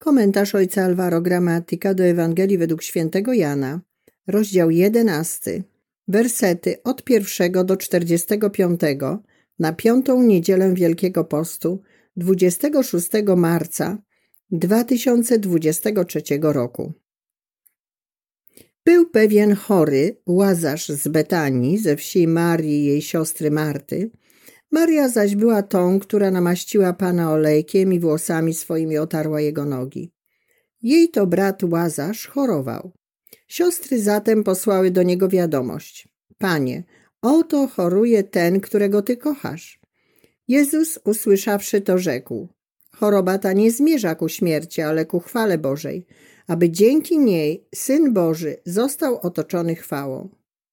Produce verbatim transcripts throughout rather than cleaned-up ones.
Komentarz ojca Alvaro Gramatika do Ewangelii według świętego Jana, rozdział jedenasty, wersety od pierwszego do czterdziestego piątego na piątą niedzielę Wielkiego Postu, dwudziestego szóstego marca dwa tysiące dwudziestego trzeciego roku. Był pewien chory, Łazarz z Betanii, ze wsi Marii i jej siostry Marty. Maria zaś była tą, która namaściła Pana olejkiem i włosami swoimi otarła jego nogi. Jej to brat Łazarz chorował. Siostry zatem posłały do niego wiadomość: Panie, oto choruje ten, którego Ty kochasz. Jezus, usłyszawszy to, rzekł: Choroba ta nie zmierza ku śmierci, ale ku chwale Bożej, aby dzięki niej Syn Boży został otoczony chwałą.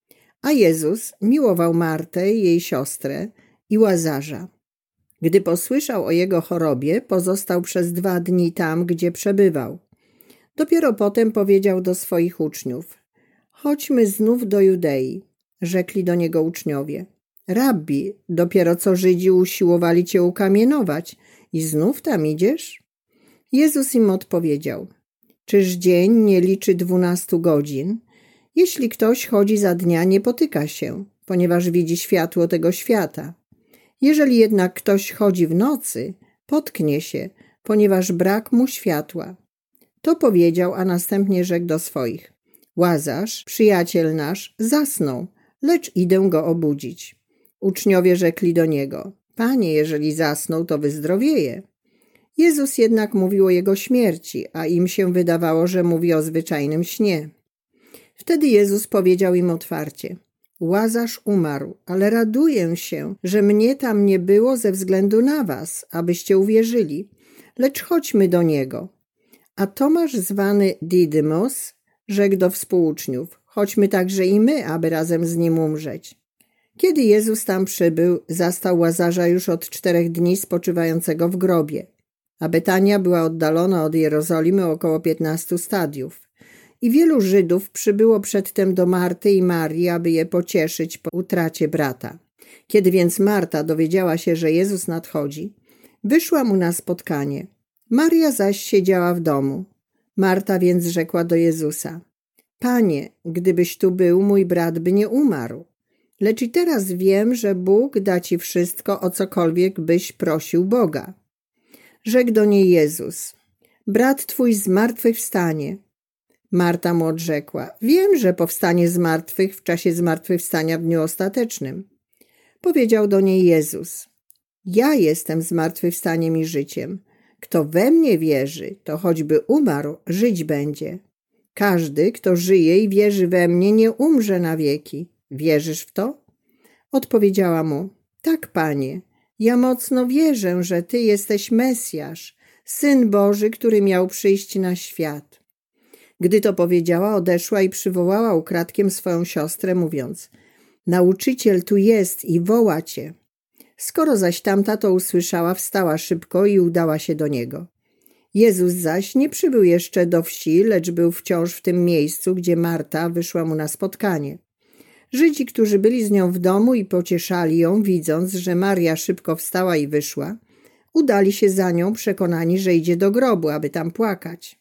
A Jezus miłował Martę, jej siostrę i Łazarza. Gdy posłyszał o jego chorobie, pozostał przez dwa dni tam, gdzie przebywał. Dopiero potem powiedział do swoich uczniów: Chodźmy znów do Judei. Rzekli do niego uczniowie: Rabbi, dopiero co Żydzi usiłowali cię ukamienować i znów tam idziesz? Jezus im odpowiedział: Czyż dzień nie liczy dwunastu godzin? Jeśli ktoś chodzi za dnia, nie potyka się, ponieważ widzi światło tego świata. Jeżeli jednak ktoś chodzi w nocy, potknie się, ponieważ brak mu światła. To powiedział, a następnie rzekł do swoich: Łazarz, przyjaciel nasz, zasnął, lecz idę go obudzić. Uczniowie rzekli do niego: Panie, jeżeli zasnął, to wyzdrowieje. Jezus jednak mówił o jego śmierci, a im się wydawało, że mówi o zwyczajnym śnie. Wtedy Jezus powiedział im otwarcie: Łazarz umarł, ale raduję się, że mnie tam nie było ze względu na was, abyście uwierzyli. Lecz chodźmy do niego. A Tomasz, zwany Didymos, rzekł do współuczniów: Chodźmy także i my, aby razem z nim umrzeć. Kiedy Jezus tam przybył, zastał Łazarza już od czterech dni spoczywającego w grobie. A Betania była oddalona od Jerozolimy około piętnastu stadiów. I wielu Żydów przybyło przedtem do Marty i Marii, aby je pocieszyć po utracie brata. Kiedy więc Marta dowiedziała się, że Jezus nadchodzi, wyszła mu na spotkanie. Maria zaś siedziała w domu. Marta więc rzekła do Jezusa: Panie, gdybyś tu był, mój brat by nie umarł. Lecz i teraz wiem, że Bóg da ci wszystko, o cokolwiek byś prosił Boga. Rzekł do niej Jezus: Brat twój z martwych wstanie. Marta mu odrzekła: Wiem, że powstanie z martwych w czasie zmartwychwstania w dniu ostatecznym. Powiedział do niej Jezus: Ja jestem zmartwychwstaniem i życiem. Kto we mnie wierzy, to choćby umarł, żyć będzie. Każdy, kto żyje i wierzy we mnie, nie umrze na wieki. Wierzysz w to? Odpowiedziała mu: Tak, Panie, ja mocno wierzę, że Ty jesteś Mesjasz, Syn Boży, który miał przyjść na świat. Gdy to powiedziała, odeszła i przywołała ukradkiem swoją siostrę, mówiąc: Nauczyciel tu jest i woła cię. Skoro zaś tamta to usłyszała, wstała szybko i udała się do niego. Jezus zaś nie przybył jeszcze do wsi, lecz był wciąż w tym miejscu, gdzie Marta wyszła mu na spotkanie. Żydzi, którzy byli z nią w domu i pocieszali ją, widząc, że Maria szybko wstała i wyszła, udali się za nią, przekonani, że idzie do grobu, aby tam płakać.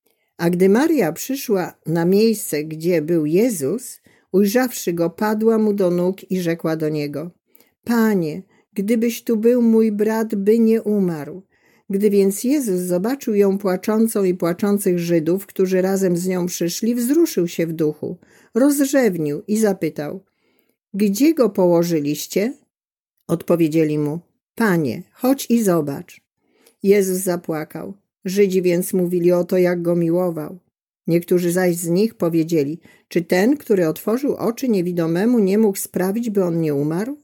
A gdy Maria przyszła na miejsce, gdzie był Jezus, ujrzawszy go, padła mu do nóg i rzekła do niego: Panie, gdybyś tu był, mój brat by nie umarł. Gdy więc Jezus zobaczył ją płaczącą i płaczących Żydów, którzy razem z nią przyszli, wzruszył się w duchu, rozrzewnił i zapytał: Gdzie go położyliście? Odpowiedzieli mu: Panie, chodź i zobacz. Jezus zapłakał. Żydzi więc mówili o to, jak go miłował. Niektórzy zaś z nich powiedzieli: Czy ten, który otworzył oczy niewidomemu, nie mógł sprawić, by on nie umarł?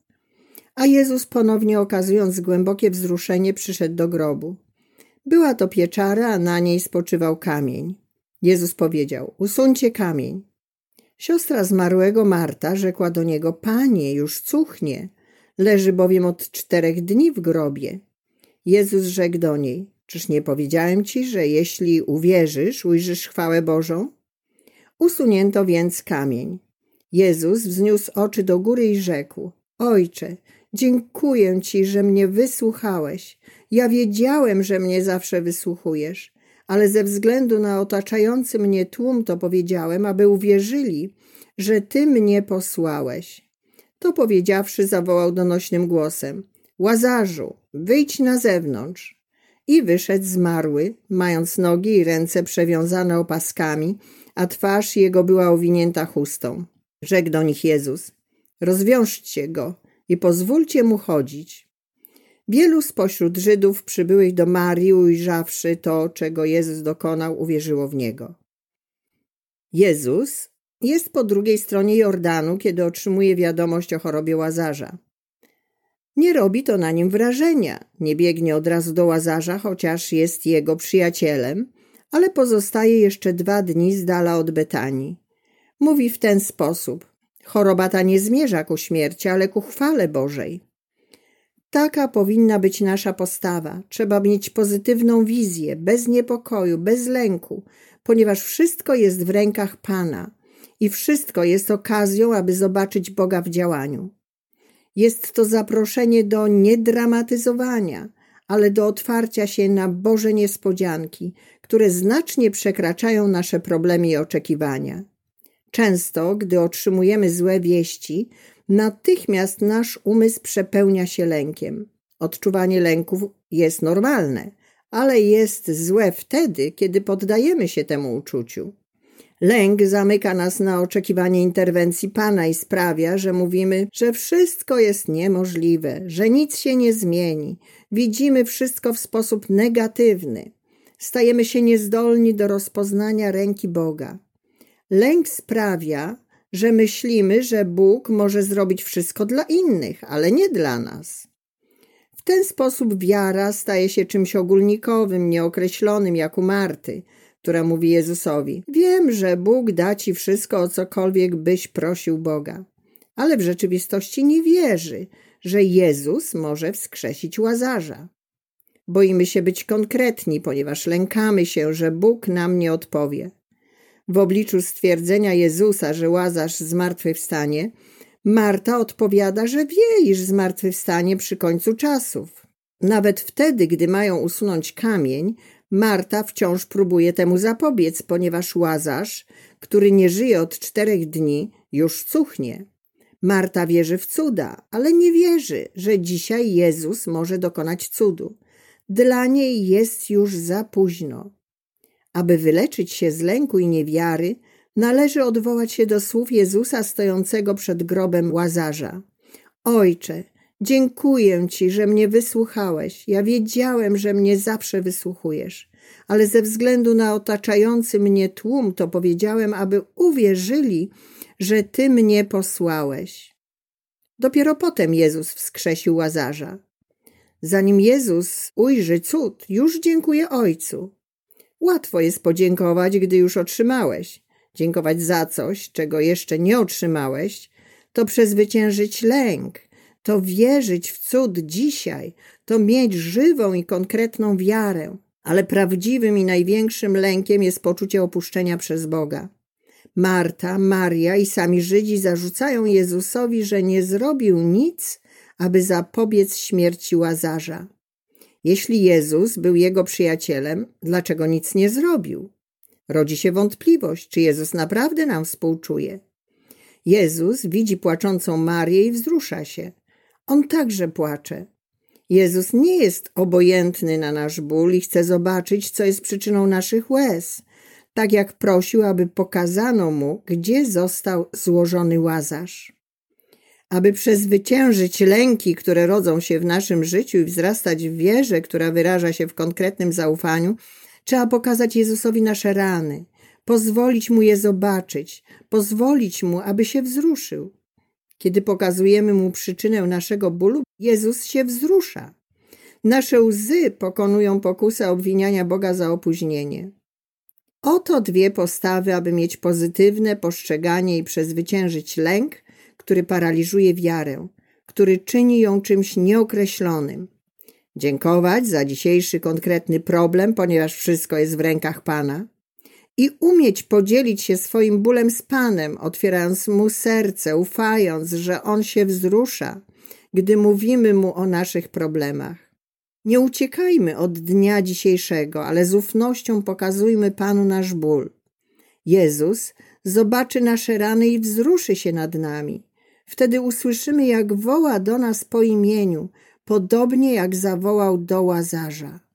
A Jezus, ponownie okazując głębokie wzruszenie, przyszedł do grobu. Była to pieczara, a na niej spoczywał kamień. Jezus powiedział: Usuńcie kamień. Siostra zmarłego Marta rzekła do niego: Panie, już cuchnie, leży bowiem od czterech dni w grobie. Jezus rzekł do niej: Czyż nie powiedziałem ci, że jeśli uwierzysz, ujrzysz chwałę Bożą? Usunięto więc kamień. Jezus wzniósł oczy do góry i rzekł: Ojcze, dziękuję Ci, że mnie wysłuchałeś. Ja wiedziałem, że mnie zawsze wysłuchujesz, ale ze względu na otaczający mnie tłum to powiedziałem, aby uwierzyli, że Ty mnie posłałeś. To powiedziawszy, zawołał donośnym głosem: Łazarzu, wyjdź na zewnątrz. I wyszedł zmarły, mając nogi i ręce przewiązane opaskami, a twarz jego była owinięta chustą. Rzekł do nich Jezus: rozwiążcie go i pozwólcie mu chodzić. Wielu spośród Żydów przybyłych do Marii, ujrzawszy to, czego Jezus dokonał, uwierzyło w Niego. Jezus jest po drugiej stronie Jordanu, kiedy otrzymuje wiadomość o chorobie Łazarza. Nie robi to na nim wrażenia. Nie biegnie od razu do Łazarza, chociaż jest jego przyjacielem, ale pozostaje jeszcze dwa dni z dala od Betanii. Mówi w ten sposób: choroba ta nie zmierza ku śmierci, ale ku chwale Bożej. Taka powinna być nasza postawa. Trzeba mieć pozytywną wizję, bez niepokoju, bez lęku, ponieważ wszystko jest w rękach Pana i wszystko jest okazją, aby zobaczyć Boga w działaniu. Jest to zaproszenie do niedramatyzowania, ale do otwarcia się na Boże niespodzianki, które znacznie przekraczają nasze problemy i oczekiwania. Często, gdy otrzymujemy złe wieści, natychmiast nasz umysł przepełnia się lękiem. Odczuwanie lęków jest normalne, ale jest złe wtedy, kiedy poddajemy się temu uczuciu. Lęk zamyka nas na oczekiwanie interwencji Pana i sprawia, że mówimy, że wszystko jest niemożliwe, że nic się nie zmieni. Widzimy wszystko w sposób negatywny. Stajemy się niezdolni do rozpoznania ręki Boga. Lęk sprawia, że myślimy, że Bóg może zrobić wszystko dla innych, ale nie dla nas. W ten sposób wiara staje się czymś ogólnikowym, nieokreślonym, jak u Marty, która mówi Jezusowi: wiem, że Bóg da ci wszystko, o cokolwiek byś prosił Boga. Ale w rzeczywistości nie wierzy, że Jezus może wskrzesić Łazarza. Boimy się być konkretni, ponieważ lękamy się, że Bóg nam nie odpowie. W obliczu stwierdzenia Jezusa, że Łazarz zmartwychwstanie, Marta odpowiada, że wie, iż zmartwychwstanie przy końcu czasów. Nawet wtedy, gdy mają usunąć kamień, Marta wciąż próbuje temu zapobiec, ponieważ Łazarz, który nie żyje od czterech dni, już cuchnie. Marta wierzy w cuda, ale nie wierzy, że dzisiaj Jezus może dokonać cudu. Dla niej jest już za późno. Aby wyleczyć się z lęku i niewiary, należy odwołać się do słów Jezusa stojącego przed grobem Łazarza. Ojcze, dziękuję Ci, że mnie wysłuchałeś. Ja wiedziałem, że mnie zawsze wysłuchujesz, ale ze względu na otaczający mnie tłum to powiedziałem, aby uwierzyli, że Ty mnie posłałeś. Dopiero potem Jezus wskrzesił Łazarza. Zanim Jezus ujrzy cud, już dziękuję Ojcu. Łatwo jest podziękować, gdy już otrzymałeś. Dziękować za coś, czego jeszcze nie otrzymałeś, to przezwyciężyć lęk, to wierzyć w cud dzisiaj, to mieć żywą i konkretną wiarę. Ale prawdziwym i największym lękiem jest poczucie opuszczenia przez Boga. Marta, Maria i sami Żydzi zarzucają Jezusowi, że nie zrobił nic, aby zapobiec śmierci Łazarza. Jeśli Jezus był jego przyjacielem, dlaczego nic nie zrobił? Rodzi się wątpliwość, czy Jezus naprawdę nam współczuje. Jezus widzi płaczącą Marię i wzrusza się. On także płacze. Jezus nie jest obojętny na nasz ból i chce zobaczyć, co jest przyczyną naszych łez, tak jak prosił, aby pokazano mu, gdzie został złożony Łazarz. Aby przezwyciężyć lęki, które rodzą się w naszym życiu i wzrastać w wierze, która wyraża się w konkretnym zaufaniu, trzeba pokazać Jezusowi nasze rany, pozwolić Mu je zobaczyć, pozwolić Mu, aby się wzruszył. Kiedy pokazujemy Mu przyczynę naszego bólu, Jezus się wzrusza. Nasze łzy pokonują pokusę obwiniania Boga za opóźnienie. Oto dwie postawy, aby mieć pozytywne postrzeganie i przezwyciężyć lęk, który paraliżuje wiarę, który czyni ją czymś nieokreślonym. Dziękować za dzisiejszy konkretny problem, ponieważ wszystko jest w rękach Pana. I umieć podzielić się swoim bólem z Panem, otwierając Mu serce, ufając, że On się wzrusza, gdy mówimy Mu o naszych problemach. Nie uciekajmy od dnia dzisiejszego, ale z ufnością pokazujmy Panu nasz ból. Jezus zobaczy nasze rany i wzruszy się nad nami. Wtedy usłyszymy, jak woła do nas po imieniu, podobnie jak zawołał do Łazarza.